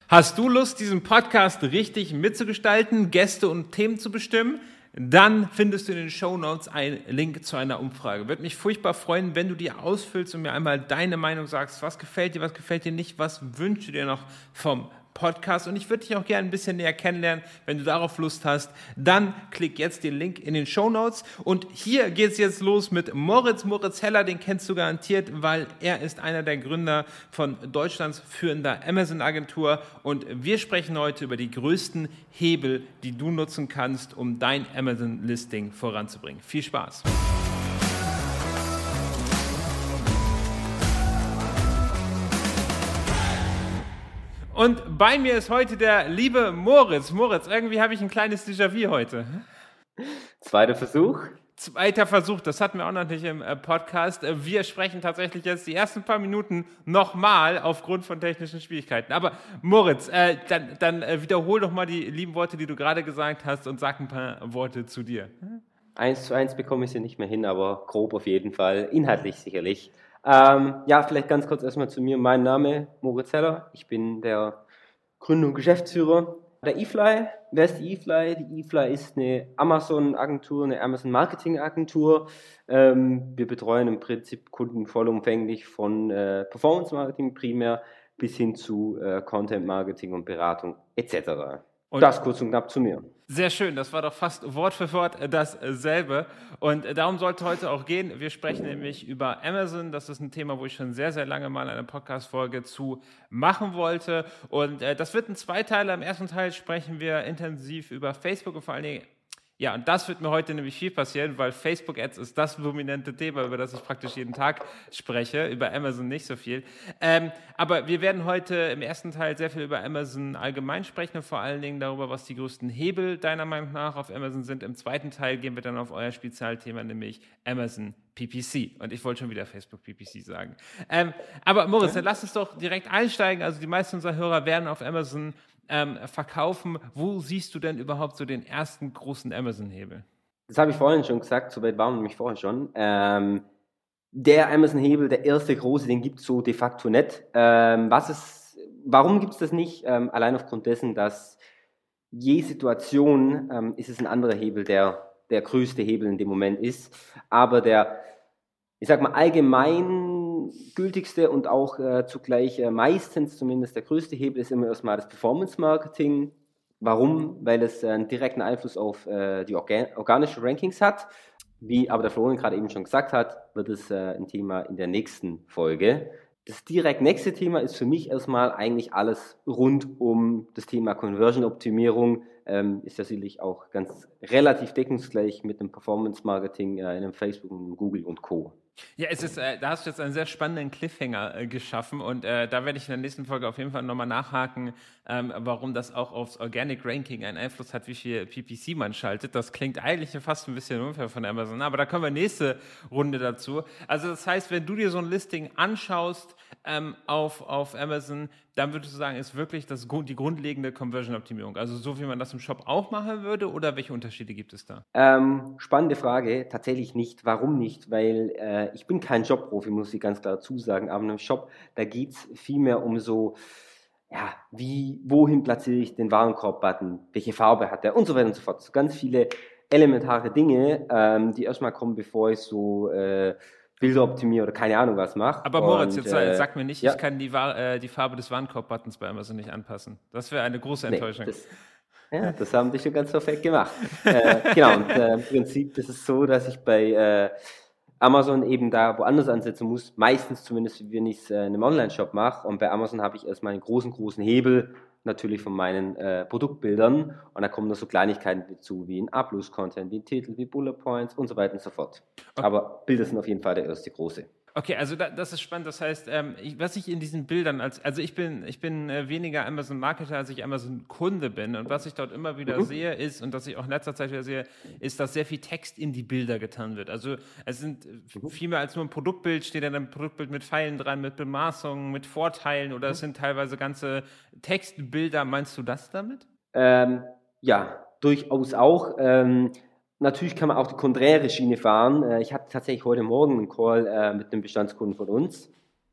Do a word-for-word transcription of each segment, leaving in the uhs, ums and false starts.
Hast du Lust, diesen Podcast richtig mitzugestalten, Gäste und Themen zu bestimmen? Dann findest du in den Shownotes einen Link zu einer Umfrage. Würde mich furchtbar freuen, wenn du die ausfüllst und mir einmal deine Meinung sagst. Was gefällt dir, was gefällt dir nicht, was wünschst du dir noch vom Podcast? Und ich würde dich auch gerne ein bisschen näher kennenlernen. Wenn du darauf Lust hast, dann klick jetzt den Link in den Shownotes. Und hier geht es jetzt los mit Moritz. Moritz Heller, den kennst du garantiert, weil er ist einer der Gründer von Deutschlands führender Amazon-Agentur. Und wir sprechen heute über die größten Hebel, die du nutzen kannst, um dein Amazon-Listing voranzubringen. Viel Spaß! Und bei mir ist heute der liebe Moritz. Moritz, irgendwie habe ich ein kleines Déjà-vu heute. Zweiter Versuch. Zweiter Versuch, das hatten wir auch noch nicht im Podcast. Wir sprechen tatsächlich jetzt die ersten paar Minuten nochmal aufgrund von technischen Schwierigkeiten. Aber Moritz, äh, dann, dann äh, wiederhol doch mal die lieben Worte, die du gerade gesagt hast und sag ein paar Worte zu dir. Eins zu eins bekomme ich sie nicht mehr hin, aber grob auf jeden Fall, inhaltlich sicherlich. Ähm, ja, vielleicht ganz kurz erstmal zu mir. Mein Name Moritz Heller. Ich bin der Gründer und Geschäftsführer der eFly. Wer ist die eFly? Die eFly ist eine Amazon-Agentur, eine Amazon-Marketing-Agentur. Ähm, wir betreuen im Prinzip Kunden vollumfänglich von äh, Performance-Marketing primär bis hin zu äh, Content-Marketing und Beratung et cetera. Und das kurz und knapp zu mir. Sehr schön, das war doch fast Wort für Wort dasselbe. Und darum sollte heute auch gehen. Wir sprechen nämlich über Amazon. Das ist ein Thema, wo ich schon sehr, sehr lange mal eine Podcast-Folge zu machen wollte. Und das wird ein Zweiteiler. Im ersten Teil sprechen wir intensiv über Facebook und vor allen Dingen, ja, und das wird mir heute nämlich viel passieren, weil Facebook-Ads ist das dominante Thema, über das ich praktisch jeden Tag spreche, über Amazon nicht so viel. Ähm, aber wir werden heute im ersten Teil sehr viel über Amazon allgemein sprechen und vor allen Dingen darüber, was die größten Hebel deiner Meinung nach auf Amazon sind. Im zweiten Teil gehen wir dann auf euer Spezialthema, nämlich Amazon P P C. Und ich wollte schon wieder Facebook P P C sagen. Ähm, aber Moritz, dann lass uns doch direkt einsteigen. Also die meisten unserer Hörer werden auf Amazon Ähm, verkaufen. Wo siehst du denn überhaupt so den ersten großen Amazon-Hebel? Das habe ich vorhin schon gesagt, soweit waren wir nämlich vorher schon. Ähm, der Amazon-Hebel, der erste große, den gibt es so de facto nicht. Ähm, was ist, warum gibt es das nicht? Ähm, allein aufgrund dessen, dass je Situation ähm, ist es ein anderer Hebel, der der größte Hebel in dem Moment ist. Aber der, ich sag mal, allgemein gültigste und auch äh, zugleich äh, meistens zumindest der größte Hebel ist immer erstmal das Performance-Marketing. Warum? Weil es äh, einen direkten Einfluss auf äh, die organ- organischen Rankings hat. Wie aber der Florian gerade eben schon gesagt hat, wird es äh, ein Thema in der nächsten Folge. Das direkt nächste Thema ist für mich erstmal eigentlich alles rund um das Thema Conversion-Optimierung. Ähm, ist ja sicherlich auch ganz relativ deckungsgleich mit dem Performance-Marketing äh, in einem Facebook und Google und Co. Ja, es ist, äh, da hast du jetzt einen sehr spannenden Cliffhanger äh, geschaffen und äh, da werde ich in der nächsten Folge auf jeden Fall nochmal nachhaken, ähm, warum das auch aufs Organic Ranking einen Einfluss hat, wie viel P P C man schaltet. Das klingt eigentlich fast ein bisschen unfair von Amazon, aber da kommen wir nächste Runde dazu. Also das heißt, wenn du dir so ein Listing anschaust ähm, auf, auf Amazon, dann würdest du sagen, ist wirklich das, die grundlegende Conversion-Optimierung. Also so, wie man das im Shop auch machen würde, oder welche Unterschiede gibt es da? Ähm, spannende Frage. Tatsächlich nicht. Warum nicht? Weil äh, ich bin kein Jobprofi, muss ich ganz klar dazu sagen. Aber in einem Shop, da geht es vielmehr um so, ja, wie, wohin platziere ich den Warenkorb-Button? Welche Farbe hat der? Und so weiter und so fort. So ganz viele elementare Dinge, ähm, die erstmal kommen, bevor ich so äh, Bilder optimiere oder keine Ahnung was mache. Aber Moritz, jetzt äh, sag mir nicht, ja. ich kann die, äh, die Farbe des Warenkorb-Buttons bei Amazon nicht anpassen. Das wäre eine große Enttäuschung. Nee, das, ja, das haben die schon ganz perfekt gemacht. äh, genau, und äh, im Prinzip ist es so, dass ich bei äh, Amazon eben da woanders ansetzen muss, meistens zumindest, wenn ich es äh, in einem Online-Shop mache. Und bei Amazon habe ich erstmal einen großen, großen Hebel, natürlich von meinen äh, Produktbildern. Und da kommen noch so Kleinigkeiten dazu, wie ein A-Plus-Content, wie ein Titel, wie Bullet Points und so weiter und so fort. Okay. Aber Bilder sind auf jeden Fall der erste große. Okay, also da, das ist spannend. Das heißt, ähm, ich, was ich in diesen Bildern als, also ich bin, ich bin äh, weniger Amazon-Marketer, als ich Amazon-Kunde bin. Und was ich dort immer wieder mhm. sehe, ist, und was ich auch in letzter Zeit wieder sehe, ist, dass sehr viel Text in die Bilder getan wird. Also es sind mhm. viel mehr als nur ein Produktbild, steht dann ein Produktbild mit Pfeilen dran, mit Bemaßungen, mit Vorteilen oder mhm. es sind teilweise ganze Textbilder. Meinst du das damit? Ähm, ja, durchaus auch. Ähm, Natürlich kann man auch die konträre Schiene fahren. Ich hatte tatsächlich heute Morgen einen Call äh, mit einem Bestandskunden von uns.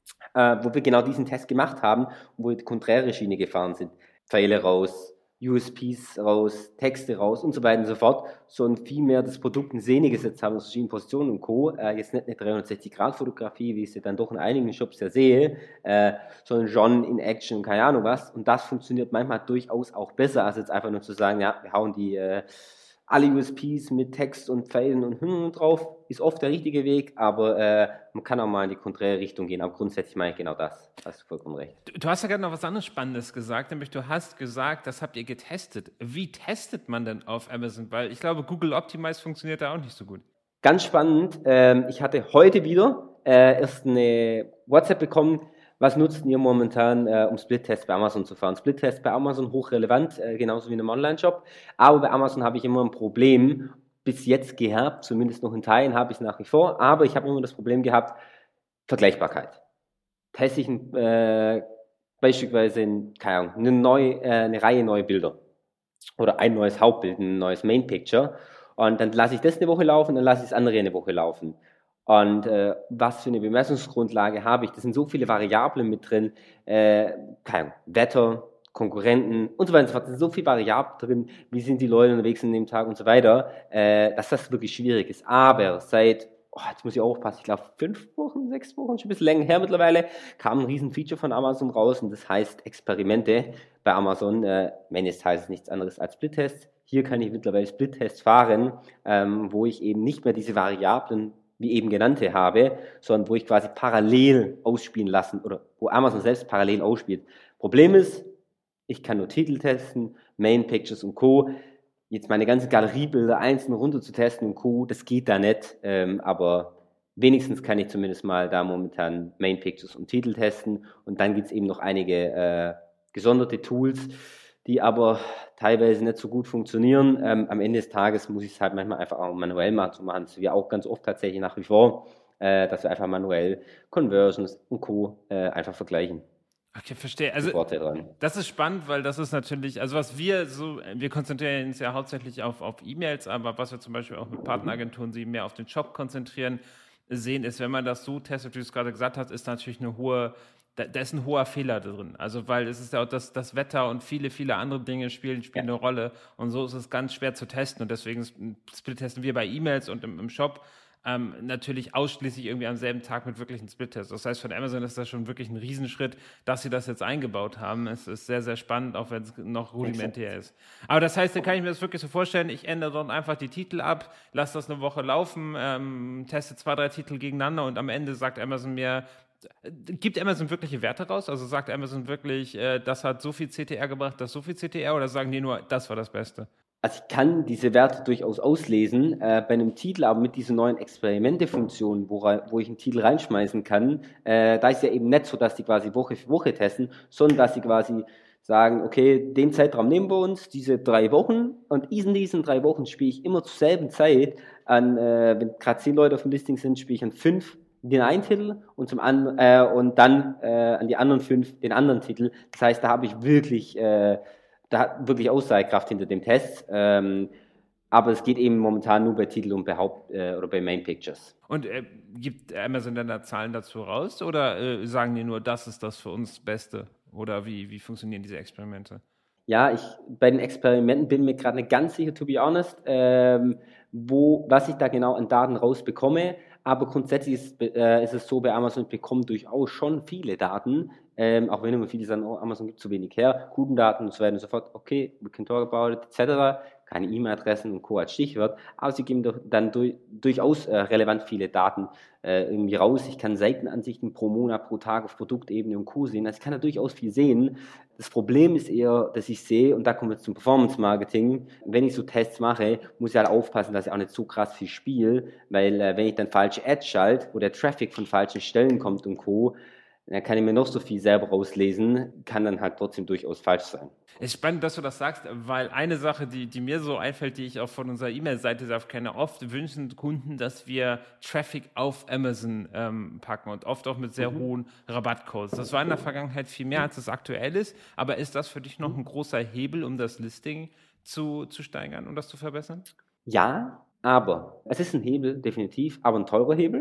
äh, wo wir genau diesen Test gemacht haben und wo wir die konträre Schiene gefahren sind. Pfeile raus, U S Ps raus, Texte raus und so weiter und so fort, sondern viel mehr das Produkt in Szene gesetzt haben, aus verschiedenen Positionen und Co. Äh, jetzt nicht eine dreihundertsechzig-Grad-Fotografie, wie ich sie dann doch in einigen Shops ja sehe, äh, sondern schon in Action, keine Ahnung was. Und das funktioniert manchmal durchaus auch besser, als jetzt einfach nur zu sagen, ja, wir hauen die äh, alle U S Ps mit Text und Pfeilen und hm drauf, ist oft der richtige Weg, aber äh, man kann auch mal in die konträre Richtung gehen. Aber grundsätzlich meine ich genau das. Hast du vollkommen recht. Du, du hast ja gerade noch was anderes Spannendes gesagt, nämlich du hast gesagt, das habt ihr getestet. Wie testet man denn auf Amazon? Weil ich glaube, Google Optimize funktioniert da auch nicht so gut. Ganz spannend. Ähm, ich hatte heute wieder äh, erst eine WhatsApp bekommen. Was nutzt ihr momentan, äh, um Split-Tests bei Amazon zu fahren? Split-Tests bei Amazon hochrelevant, äh, genauso wie in einem Online-Shop. Aber bei Amazon habe ich immer ein Problem bis jetzt gehabt, zumindest noch in Teilen habe ich es nach wie vor. Aber ich habe immer das Problem gehabt, Vergleichbarkeit. Teste ich ein, äh, beispielsweise in, keine Ahnung, eine, neue, äh, eine Reihe neue Bilder oder ein neues Hauptbild, ein neues Main-Picture. Und dann lasse ich das eine Woche laufen, dann lasse ich das andere eine Woche laufen. Und äh, was für eine Bemessungsgrundlage habe ich? Das sind so viele Variablen mit drin, äh, kein Wetter, Konkurrenten und so weiter und so fort. Da sind so viele Variablen drin, wie sind die Leute unterwegs an dem Tag und so weiter, äh, dass das wirklich schwierig ist. Aber seit, oh, jetzt muss ich aufpassen, ich glaube fünf Wochen, sechs Wochen, schon ein bisschen länger her mittlerweile, kam ein riesen Feature von Amazon raus und das heißt Experimente bei Amazon. Äh, wenn es heißt nichts anderes als Split-Tests. Hier kann ich mittlerweile Split-Tests fahren, ähm, wo ich eben nicht mehr diese Variablen wie eben genannte habe, sondern wo ich quasi parallel ausspielen lassen oder wo Amazon selbst parallel ausspielt. Problem ist, ich kann nur Titel testen, Main Pictures und Co. Jetzt meine ganzen Galeriebilder einzeln runter zu testen und Co. Das geht da nicht, ähm, aber wenigstens kann ich zumindest mal da momentan Main Pictures und Titel testen und dann gibt es eben noch einige äh, gesonderte Tools, die aber teilweise nicht so gut funktionieren. Ähm, am Ende des Tages muss ich es halt manchmal einfach auch manuell machen, so machen es wir auch ganz oft tatsächlich nach wie vor, äh, dass wir einfach manuell Conversions und Co. Äh, einfach vergleichen. Okay, verstehe. Also das ist spannend, weil das ist natürlich, also was wir so, wir konzentrieren uns ja hauptsächlich auf, auf E-Mails, aber was wir zum Beispiel auch mit Partneragenturen, die mehr auf den Shop konzentrieren, sehen, ist, wenn man das so testet, wie du es gerade gesagt hast, ist natürlich eine hohe, da, da ist ein hoher Fehler drin. Also weil es ist ja auch das, das Wetter und viele, viele andere Dinge spielen, spielen ja eine Rolle und so ist es ganz schwer zu testen und deswegen split-testen wir bei E-Mails und im, im Shop Ähm, natürlich ausschließlich irgendwie am selben Tag mit wirklichen Split-Tests. Das heißt, von Amazon ist das schon wirklich ein Riesenschritt, dass sie das jetzt eingebaut haben. Es ist sehr, sehr spannend, auch wenn es noch rudimentär ist. Aber das heißt, da kann ich mir das wirklich so vorstellen, ich ändere dann einfach die Titel ab, lasse das eine Woche laufen, ähm, teste zwei, drei Titel gegeneinander und am Ende sagt Amazon mir, gibt Amazon wirkliche Werte raus? Also sagt Amazon wirklich, äh, das hat so viel C T R gebracht, das so viel C T R oder sagen die nur, das war das Beste? Also ich kann diese Werte durchaus auslesen, äh, bei einem Titel, aber mit dieser neuen Experimente-Funktion, wo, wo ich einen Titel reinschmeißen kann, äh, da ist ja eben nicht so, dass die quasi Woche für Woche testen, sondern dass sie quasi sagen, okay, den Zeitraum nehmen wir uns, diese drei Wochen und in diesen drei Wochen spiele ich immer zur selben Zeit an, äh, wenn gerade zehn Leute auf dem Listing sind, spiele ich an fünf den einen Titel und, zum an, äh, und dann äh, an die anderen fünf den anderen Titel. Das heißt, da habe ich wirklich... Äh, da hat wirklich Aussagekraft hinter dem Test, ähm, aber es geht eben momentan nur bei Titel und bei Haupt- äh, oder bei Main Pictures. Und äh, gibt Amazon dann da Zahlen dazu raus oder äh, sagen die nur, das ist das für uns Beste? Oder wie, wie funktionieren diese Experimente? Ja, ich bei den Experimenten bin mir gerade nicht ganz sicher, to be honest, ähm, wo, was ich da genau an Daten rausbekomme. Aber grundsätzlich ist, äh, ist es so, bei Amazon bekommen durchaus schon viele Daten, ähm, auch wenn immer viele sagen, oh, Amazon gibt zu wenig her, Kundendaten und so weiter und so fort. Okay, we can talk about it, et cetera. Keine E-Mail-Adressen und Co. als Stichwort, aber sie geben doch dann durch, durchaus äh, relevant viele Daten äh, irgendwie raus. Ich kann Seitenansichten pro Monat, pro Tag auf Produktebene und Co. sehen. Also ich kann da durchaus viel sehen. Das Problem ist eher, dass ich sehe, und da kommen wir zum Performance-Marketing, wenn ich so Tests mache, muss ich halt aufpassen, dass ich auch nicht so krass viel spiele, weil äh, wenn ich dann falsche Ads schalte, wo der Traffic von falschen Stellen kommt und Co., dann kann ich mir noch so viel selber rauslesen, kann dann halt trotzdem durchaus falsch sein. Es ist spannend, dass du das sagst, weil eine Sache, die, die mir so einfällt, die ich auch von unserer E-Mail-Seite kenne, oft wünschen Kunden, dass wir Traffic auf Amazon ähm, packen und oft auch mit sehr mhm. hohen Rabattcodes. Das war in der Vergangenheit viel mehr, als es aktuell ist, aber ist das für dich noch ein großer Hebel, um das Listing zu, zu steigern und um das zu verbessern? Ja, aber es ist ein Hebel, definitiv, aber ein teurer Hebel.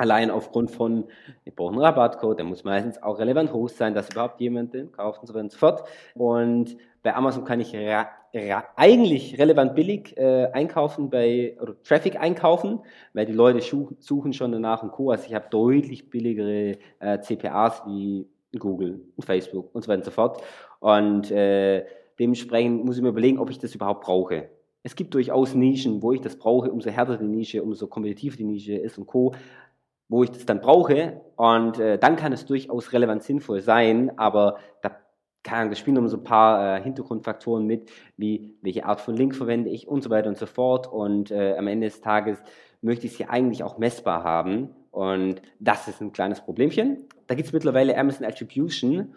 Allein aufgrund von, ich brauche einen Rabattcode, der muss meistens auch relevant hoch sein, dass überhaupt jemand den kauft und so weiter und so fort. Und bei Amazon kann ich ra- ra- eigentlich relevant billig äh, einkaufen, bei oder Traffic einkaufen, weil die Leute schu- suchen schon danach und Co. Also ich habe deutlich billigere äh, C P As wie Google und Facebook und so weiter und so fort. Und äh, dementsprechend muss ich mir überlegen, ob ich das überhaupt brauche. Es gibt durchaus Nischen, wo ich das brauche, umso härter die Nische, umso kompetitiv die Nische ist und Co., wo ich das dann brauche, und äh, dann kann es durchaus relevant sinnvoll sein, aber da, kann, da spielen noch so ein paar äh, Hintergrundfaktoren mit, wie welche Art von Link verwende ich und so weiter und so fort, und äh, am Ende des Tages möchte ich sie eigentlich auch messbar haben, und das ist ein kleines Problemchen. Da gibt es mittlerweile Amazon Attribution,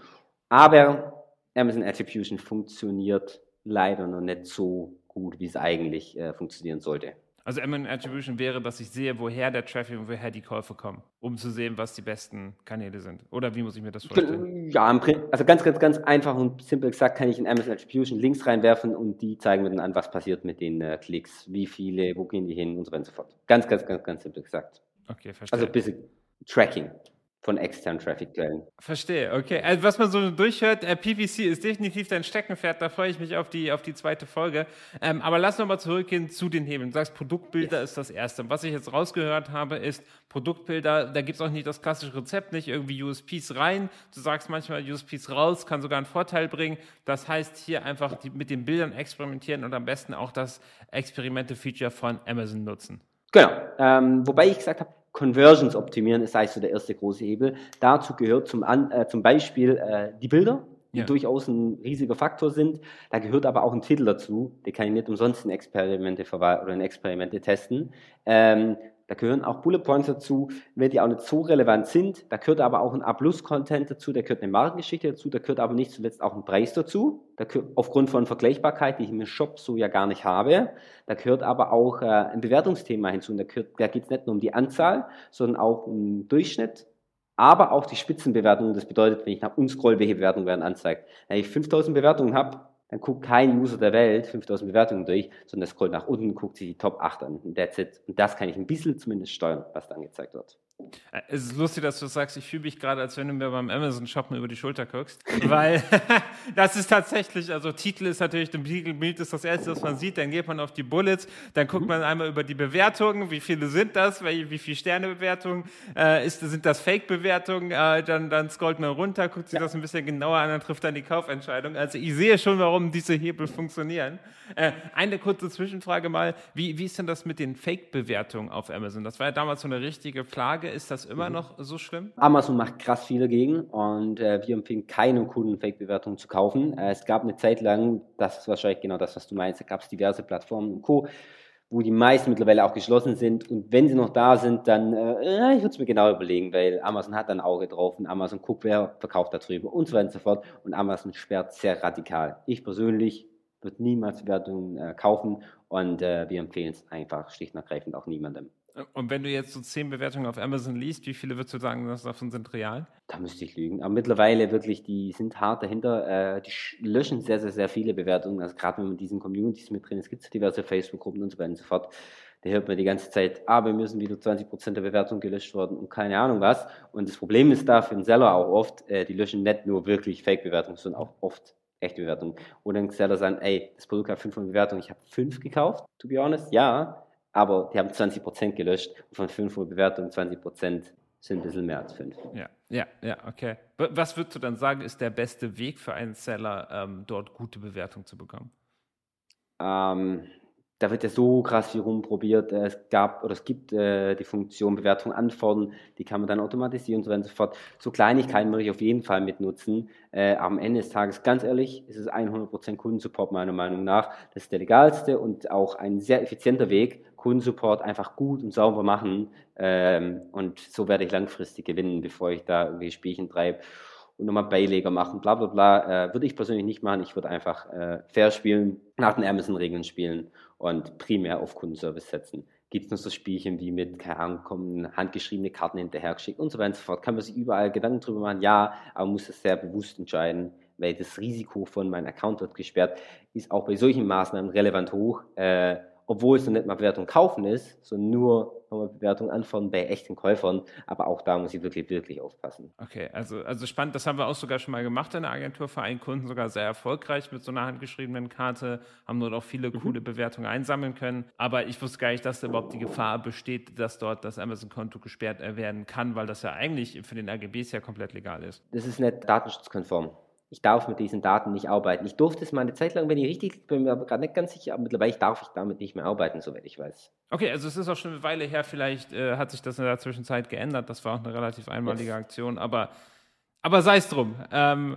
aber Amazon Attribution funktioniert leider noch nicht so gut, wie es eigentlich äh, funktionieren sollte. Also Amazon Attribution wäre, dass ich sehe, woher der Traffic und woher die Käufe kommen, um zu sehen, was die besten Kanäle sind. Oder wie muss ich mir das vorstellen? Ja, also ganz, ganz, ganz einfach und simpel gesagt kann ich in Amazon Attribution Links reinwerfen und die zeigen mir dann an, was passiert mit den äh, Klicks, wie viele, wo gehen die hin und so weiter und so fort. Ganz, ganz, ganz, ganz simpel gesagt. Okay, verstehe. Also ein bisschen Tracking von externen Traffic-Quellen. Verstehe, okay. Also was man so durchhört, äh, P P C ist definitiv dein Steckenpferd, da freue ich mich auf die, auf die zweite Folge. Ähm, aber lass nochmal zurückgehen zu den Hebeln. Du sagst, Produktbilder yes. ist das Erste. Was ich jetzt rausgehört habe, ist Produktbilder, da gibt es auch nicht das klassische Rezept, nicht irgendwie U S Ps rein. Du sagst manchmal U S Ps raus, kann sogar einen Vorteil bringen. Das heißt, hier einfach die, mit den Bildern experimentieren und am besten auch das Experimente-Feature von Amazon nutzen. Genau, ähm, wobei ich gesagt habe, Conversions optimieren ist eigentlich so der erste große Hebel. Dazu gehört zum, An, äh, zum Beispiel äh, die Bilder, die ja. durchaus ein riesiger Faktor sind. Da gehört aber auch ein Titel dazu, den kann ich nicht umsonst in Experimente verwalten oder in Experimente testen. Ähm, da gehören auch Bullet Points dazu, wenn die auch nicht so relevant sind. Da gehört aber auch ein A-Plus-Content dazu, da gehört eine Markengeschichte dazu, da gehört aber nicht zuletzt auch ein Preis dazu, da gehört, aufgrund von Vergleichbarkeit, die ich im Shop so ja gar nicht habe. Da gehört aber auch äh, ein Bewertungsthema hinzu. Und da, da geht es nicht nur um die Anzahl, sondern auch um den Durchschnitt, aber auch die Spitzenbewertungen. Das bedeutet, wenn ich nach uns scroll, welche Bewertungen werden angezeigt. Wenn ich fünftausend Bewertungen habe, dann guckt kein User der Welt fünftausend Bewertungen durch, sondern scrollt nach unten und guckt sich die Top acht an. Und that's it. Und das kann ich ein bisschen zumindest steuern, was da angezeigt wird. Es ist lustig, dass du sagst, ich fühle mich gerade, als wenn du mir beim Amazon-Shoppen über die Schulter guckst, weil das ist tatsächlich, also Titel ist natürlich, ein Bild ist das Erste, was man sieht, dann geht man auf die Bullets, dann guckt man einmal über die Bewertungen, wie viele sind das, wie, wie viele Sternebewertungen, äh, ist, sind das Fake-Bewertungen, äh, dann, dann scrollt man runter, guckt sich ja. das ein bisschen genauer an, dann trifft dann die Kaufentscheidung. Also ich sehe schon, warum diese Hebel funktionieren. Äh, eine kurze Zwischenfrage mal, wie, wie ist denn das mit den Fake-Bewertungen auf Amazon? Das war ja damals so eine richtige Plage. Ist das immer mhm. noch so schlimm? Amazon macht krass viel dagegen und äh, wir empfehlen keinen Kunden Fake-Bewertungen zu kaufen. Äh, es gab eine Zeit lang, das ist wahrscheinlich genau das, was du meinst, da gab es diverse Plattformen und Co., wo die meisten mittlerweile auch geschlossen sind, und wenn sie noch da sind, dann äh, ich würde es mir genau überlegen, weil Amazon hat ein Auge drauf und Amazon guckt, wer verkauft da drüber und so weiter und so fort, und Amazon sperrt sehr radikal. Ich persönlich würde niemals Bewertungen äh, kaufen, und äh, wir empfehlen es einfach schlicht und ergreifend auch niemandem. Und wenn du jetzt so zehn Bewertungen auf Amazon liest, wie viele würdest du sagen, davon sind real? Da müsste ich lügen. Aber mittlerweile wirklich, die sind hart dahinter. Äh, die löschen sehr, sehr, sehr viele Bewertungen. Also gerade wenn man in diesen Communities mit drin ist, gibt es diverse Facebook-Gruppen und so weiter und so fort. Da hört man die ganze Zeit, ah, wir müssen wieder zwanzig Prozent der Bewertungen gelöscht worden und keine Ahnung was. Und das Problem ist da für den Seller auch oft, äh, die löschen nicht nur wirklich Fake-Bewertungen, sondern auch oft echte Bewertungen. Oder ein Seller sagt, ey, das Produkt hat fünfhundert Bewertungen, ich habe fünf gekauft, to be honest, ja. Aber die haben zwanzig Prozent gelöscht und von fünfhundert Bewertungen zwanzig Prozent sind ein bisschen mehr als fünf. Ja, ja, ja, okay. Was würdest du dann sagen, ist der beste Weg für einen Seller, ähm, dort gute Bewertungen zu bekommen? Ähm, da wird ja so krass viel rumprobiert. Es gab oder es gibt äh, die Funktion Bewertung anfordern, die kann man dann automatisieren und so weiter und so fort. So Kleinigkeiten würde ich auf jeden Fall mitnutzen. Äh, am Ende des Tages, ganz ehrlich, ist es hundert Prozent Kundensupport meiner Meinung nach. Das ist der legalste und auch ein sehr effizienter Weg, Kundensupport einfach gut und sauber machen, ähm, und so werde ich langfristig gewinnen, bevor ich da irgendwie Spielchen treibe und nochmal Beileger machen, bla bla bla, äh, würde ich persönlich nicht machen. Ich würde einfach äh, fair spielen, nach den Amazon-Regeln spielen und primär auf Kundenservice setzen. Gibt es noch so Spielchen wie mit, keine Ahnung, kommen handgeschriebene Karten hinterhergeschickt und so weiter und so fort. Kann man sich überall Gedanken drüber machen, ja, aber man muss das sehr bewusst entscheiden, weil das Risiko von meinem Account wird gesperrt, ist auch bei solchen Maßnahmen relevant hoch. Äh, obwohl es noch nicht mal Bewertung kaufen ist, sondern nur nochmal Bewertung anfordern bei echten Käufern. Aber auch da muss ich wirklich, wirklich aufpassen. Okay, also, also spannend. Das haben wir auch sogar schon mal gemacht in der Agentur für einen Kunden, sogar sehr erfolgreich mit so einer handgeschriebenen Karte, haben dort auch viele mhm. coole Bewertungen einsammeln können. Aber ich wusste gar nicht, dass da überhaupt die Gefahr besteht, dass dort das Amazon-Konto gesperrt werden kann, weil das ja eigentlich für den A G Bs ja komplett legal ist. Das ist nicht datenschutzkonform. Ich darf mit diesen Daten nicht arbeiten. Ich durfte es mal eine Zeit lang, wenn ich richtig, bin mir aber gerade nicht ganz sicher, aber mittlerweile darf ich damit nicht mehr arbeiten, soweit ich weiß. Okay, also es ist auch schon eine Weile her, vielleicht äh, hat sich das in der Zwischenzeit geändert, das war auch eine relativ einmalige yes. Aktion, aber, aber sei es drum. Ähm,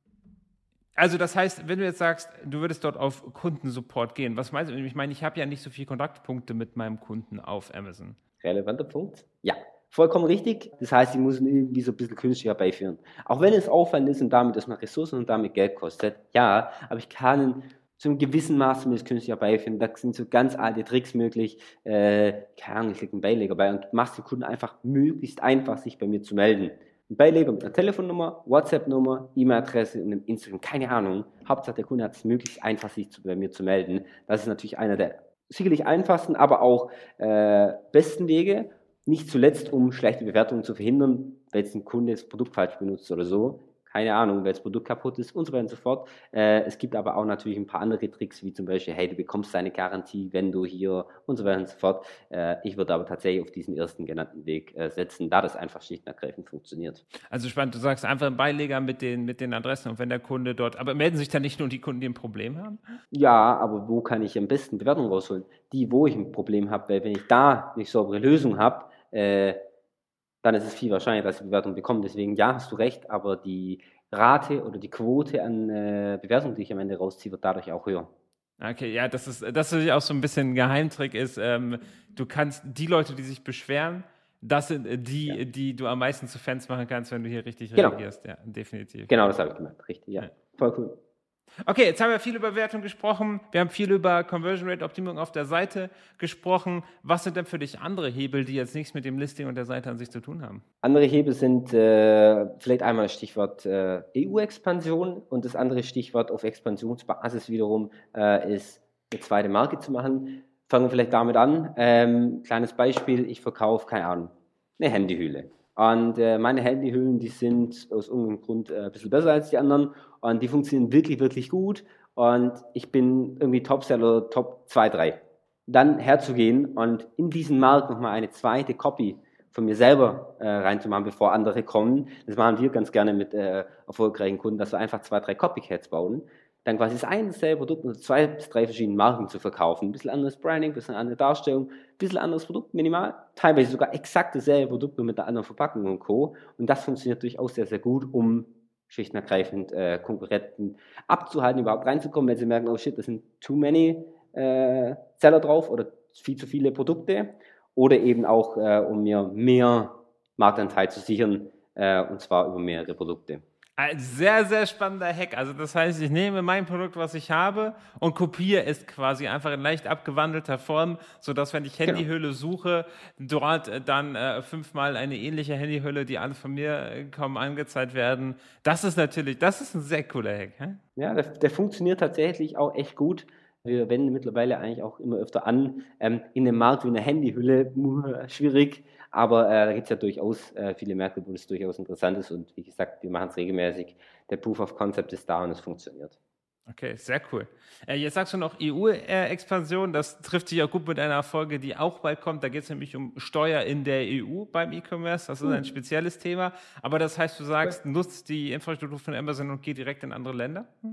also das heißt, wenn du jetzt sagst, du würdest dort auf Kundensupport gehen, was meinst du? Ich meine, ich habe ja nicht so viele Kontaktpunkte mit meinem Kunden auf Amazon. Relevanter Punkt? Ja. Vollkommen richtig. Das heißt, ich muss ihn irgendwie so ein bisschen künstlich herbeiführen. Auch wenn es Aufwand ist und damit erstmal Ressourcen und damit Geld kostet, ja, aber ich kann ihn zu einem gewissen Maß zumindest künstlich herbeiführen. Da sind so ganz alte Tricks möglich. Äh, keine Ahnung, ich lege einen Beileger bei und mache es den Kunden einfach möglichst einfach, sich bei mir zu melden. Ein Beileger mit einer Telefonnummer, WhatsApp-Nummer, E-Mail-Adresse und einem Instagram, keine Ahnung. Hauptsache der Kunde hat es möglichst einfach, sich zu, bei mir zu melden. Das ist natürlich einer der sicherlich einfachsten, aber auch äh, besten Wege. Nicht zuletzt, um schlechte Bewertungen zu verhindern, weil jetzt ein Kunde das Produkt falsch benutzt oder so. Keine Ahnung, weil das Produkt kaputt ist und so weiter und so fort. Äh, es gibt aber auch natürlich ein paar andere Tricks, wie zum Beispiel, hey, du bekommst deine Garantie, wenn du hier und so weiter und so fort. Äh, ich würde aber tatsächlich auf diesen ersten genannten Weg äh, setzen, da das einfach schlicht und ergreifend funktioniert. Also spannend, du sagst einfach einen Beileger mit den, mit den Adressen und wenn der Kunde dort, aber melden sich dann nicht nur die Kunden, die ein Problem haben? Ja, aber wo kann ich am besten Bewertungen rausholen? Die, wo ich ein Problem habe, weil wenn ich da nicht saubere Lösung habe, äh, dann ist es viel wahrscheinlicher, dass ich Bewertung bekomme. Deswegen, ja, hast du recht, aber die Rate oder die Quote an äh, Bewertungen, die ich am Ende rausziehe, wird dadurch auch höher. Okay, ja, das ist, das ist auch so ein bisschen ein Geheimtrick ist, ähm, du kannst die Leute, die sich beschweren, das sind die, ja. die du am meisten zu Fans machen kannst, wenn du hier richtig genau. reagierst. Ja, definitiv. Genau, das habe ich gemeint, richtig, ja. ja. Voll cool. Okay, jetzt haben wir viel über Bewertung gesprochen. Wir haben viel über Conversion Rate Optimierung auf der Seite gesprochen. Was sind denn für dich andere Hebel, die jetzt nichts mit dem Listing und der Seite an sich zu tun haben? Andere Hebel sind äh, vielleicht einmal das Stichwort äh, E U-Expansion und das andere Stichwort auf Expansionsbasis wiederum äh, ist, eine zweite Marke zu machen. Fangen wir vielleicht damit an. Ähm, kleines Beispiel, ich verkaufe, keine Ahnung, eine Handyhülle. Und äh, meine Handyhüllen, die sind aus irgendeinem Grund äh, ein bisschen besser als die anderen und die funktionieren wirklich, wirklich gut und ich bin irgendwie Topseller, Top zwei, drei. Dann herzugehen und in diesen Markt nochmal eine zweite Copy von mir selber äh, reinzumachen, bevor andere kommen. Das machen wir ganz gerne mit äh, erfolgreichen Kunden, dass wir einfach zwei, drei Copycats bauen. Dann quasi das ein dasselbe Produkt mit zwei bis drei verschiedenen Marken zu verkaufen. Ein bisschen anderes Branding, ein bisschen andere Darstellung, ein bisschen anderes Produkt, minimal. Teilweise sogar exakt dasselbe Produkt, nur mit einer anderen Verpackung und Co. Und das funktioniert durchaus sehr, sehr gut, um schlicht und ergreifend äh, Konkurrenten abzuhalten, überhaupt reinzukommen, wenn sie merken, oh shit, das sind too many äh, Seller drauf oder viel zu viele Produkte. Oder eben auch, äh, um mir mehr Marktanteil zu sichern, äh, und zwar über mehrere Produkte. Ein sehr, sehr spannender Hack. Also das heißt, ich nehme mein Produkt, was ich habe und kopiere es quasi einfach in leicht abgewandelter Form, sodass, wenn ich Handyhülle genau. suche, dort dann äh, fünfmal eine ähnliche Handyhülle, die alle von mir kommen, angezeigt werden. Das ist natürlich, das ist ein sehr cooler Hack. Hä? Ja, der, der funktioniert tatsächlich auch echt gut. Wir wenden mittlerweile eigentlich auch immer öfter an. Ähm, in dem Markt wie eine Handyhülle, schwierig, aber äh, da gibt es ja durchaus äh, viele Märkte, wo das durchaus interessant ist und wie gesagt, wir machen es regelmäßig. Der Proof of Concept ist da und es funktioniert. Okay, sehr cool. Äh, jetzt sagst du noch E U-Expansion, das trifft sich auch gut mit einer Folge, die auch bald kommt. Da geht es nämlich um Steuer in der E U beim E-Commerce. Das ist ein spezielles Thema. Aber das heißt, du sagst, nutzt die Infrastruktur von Amazon und geh direkt in andere Länder? Hm?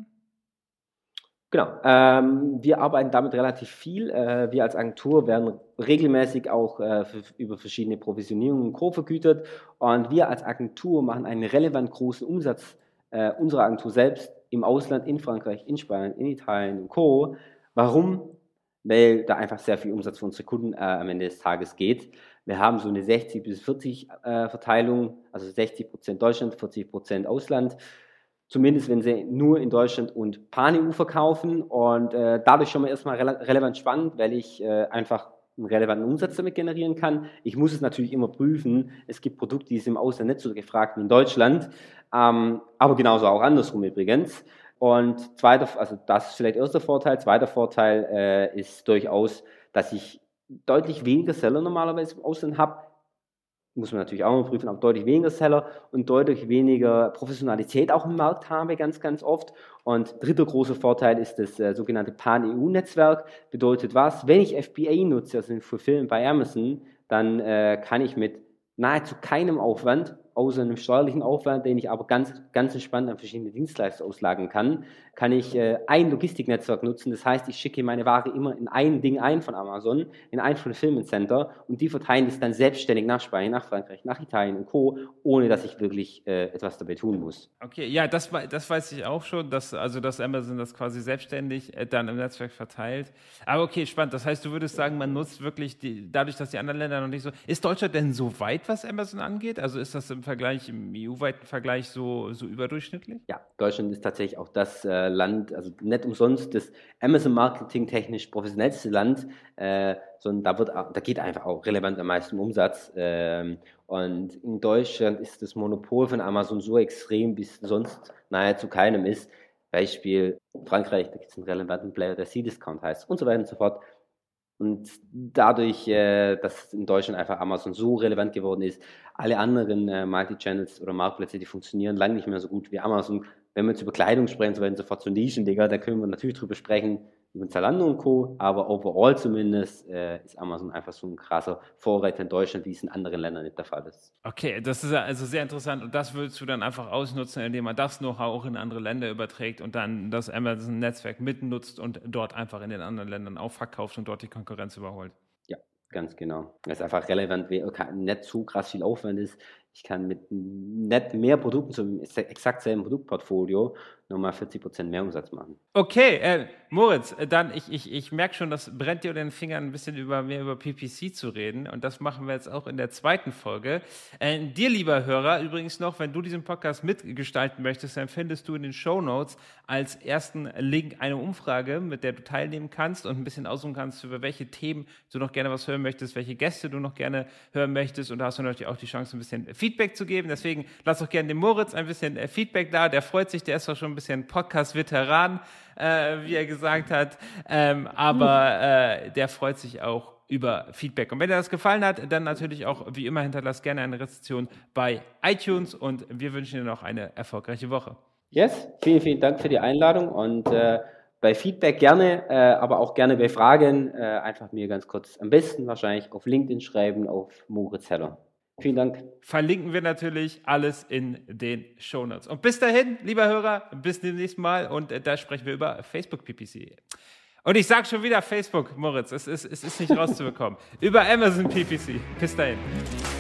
Genau, ähm, wir arbeiten damit relativ viel. Äh, wir als Agentur werden regelmäßig auch äh, für, über verschiedene Provisionierungen und Co. vergütet und wir als Agentur machen einen relevant großen Umsatz äh, unserer Agentur selbst im Ausland, in Frankreich, in Spanien, in Italien und Co. Warum? Weil da einfach sehr viel Umsatz für unsere Kunden äh, am Ende des Tages geht. Wir haben so eine sechzig bis vierzig äh, Verteilung, also sechzig Prozent Deutschland, vierzig Prozent Ausland. Zumindest, wenn sie nur in Deutschland und Pan-E U verkaufen und äh, dadurch schon mal erstmal rele- relevant spannend, weil ich äh, einfach einen relevanten Umsatz damit generieren kann. Ich muss es natürlich immer prüfen. Es gibt Produkte, die sind im Ausland nicht so gefragt wie in Deutschland, ähm, aber genauso auch andersrum übrigens. Und zweiter, also das ist vielleicht erster Vorteil. Zweiter Vorteil äh, ist durchaus, dass ich deutlich weniger Seller normalerweise im Ausland habe. Muss man natürlich auch mal prüfen, aber deutlich weniger Seller und deutlich weniger Professionalität auch im Markt habe, ganz, ganz oft. Und dritter großer Vorteil ist das äh, sogenannte Pan-E U-Netzwerk. Bedeutet was? Wenn ich F B A nutze, also den Fulfillment bei Amazon, dann äh, kann ich mit nahezu keinem Aufwand, außer einem steuerlichen Aufwand, den ich aber ganz, ganz entspannt an verschiedene Dienstleister auslagern kann, kann ich äh, ein Logistiknetzwerk nutzen. Das heißt, ich schicke meine Ware immer in ein Ding ein von Amazon, in ein Fulfillment Center und die verteilen es dann selbstständig nach Spanien, nach Frankreich, nach Italien und Co., ohne dass ich wirklich äh, etwas dabei tun muss. Okay, ja, das, das weiß ich auch schon, dass, also dass Amazon das quasi selbstständig äh, dann im Netzwerk verteilt. Aber okay, spannend. Das heißt, du würdest sagen, man nutzt wirklich, die, dadurch, dass die anderen Länder noch nicht so... Ist Deutschland denn so weit, was Amazon angeht? Also ist das im Vergleich, im E U-weiten Vergleich so, so überdurchschnittlich? Ja, Deutschland ist tatsächlich auch das äh, Land, also nicht umsonst das Amazon-Marketing technisch professionellste Land, äh, sondern da, wird, da geht einfach auch relevant am meisten Umsatz. Ähm, und in Deutschland ist das Monopol von Amazon so extrem, bis sonst nahezu keinem ist. Beispiel Frankreich, da gibt es einen relevanten Player, der C-Discount heißt und so weiter und so fort. Und dadurch, äh, dass in Deutschland einfach Amazon so relevant geworden ist, alle anderen äh, Multi-Channels oder Marktplätze, die funktionieren lange nicht mehr so gut wie Amazon. Wenn wir jetzt über Kleidung sprechen, so werden sofort so Nischen, Digga, da können wir natürlich drüber sprechen, über Zalando und Co., aber overall zumindest äh, ist Amazon einfach so ein krasser Vorreiter in Deutschland, wie es in anderen Ländern nicht der Fall ist. Okay, das ist also sehr interessant und das würdest du dann einfach ausnutzen, indem man das Know-how auch in andere Länder überträgt und dann das Amazon-Netzwerk mitnutzt und dort einfach in den anderen Ländern auch verkauft und dort die Konkurrenz überholt. Ja, ganz genau. Das ist einfach relevant, weil nicht so krass viel Aufwand ist. Ich kann mit nicht mehr Produkten zum exakt selben Produktportfolio nochmal vierzig Prozent mehr Umsatz machen. Okay, äh, Moritz, dann, ich, ich, ich merke schon, das brennt dir unter den Fingern, ein bisschen über mehr über P P C zu reden und das machen wir jetzt auch in der zweiten Folge. Äh, dir, lieber Hörer, übrigens noch, wenn du diesen Podcast mitgestalten möchtest, dann findest du in den Shownotes als ersten Link eine Umfrage, mit der du teilnehmen kannst und ein bisschen aussuchen kannst, über welche Themen du noch gerne was hören möchtest, welche Gäste du noch gerne hören möchtest und da hast du natürlich auch die Chance, ein bisschen Feedback zu geben. Deswegen lass doch gerne dem Moritz ein bisschen Feedback da, der freut sich, der ist doch schon ein bisschen Podcast-Veteran, äh, wie er gesagt hat, ähm, aber äh, der freut sich auch über Feedback. Und wenn dir das gefallen hat, dann natürlich auch, wie immer, hinterlass gerne eine Rezension bei iTunes und wir wünschen dir noch eine erfolgreiche Woche. Yes, vielen, vielen Dank für die Einladung und äh, bei Feedback gerne, äh, aber auch gerne bei Fragen, äh, einfach mir ganz kurz am besten wahrscheinlich auf LinkedIn schreiben, auf Moritz Heller. Vielen Dank. Verlinken wir natürlich alles in den Shownotes. Und bis dahin, lieber Hörer, bis zum nächsten Mal und äh, da sprechen wir über Facebook P P C. Und ich sage schon wieder Facebook, Moritz, es ist, es ist nicht rauszubekommen. Über Amazon P P C. Bis dahin.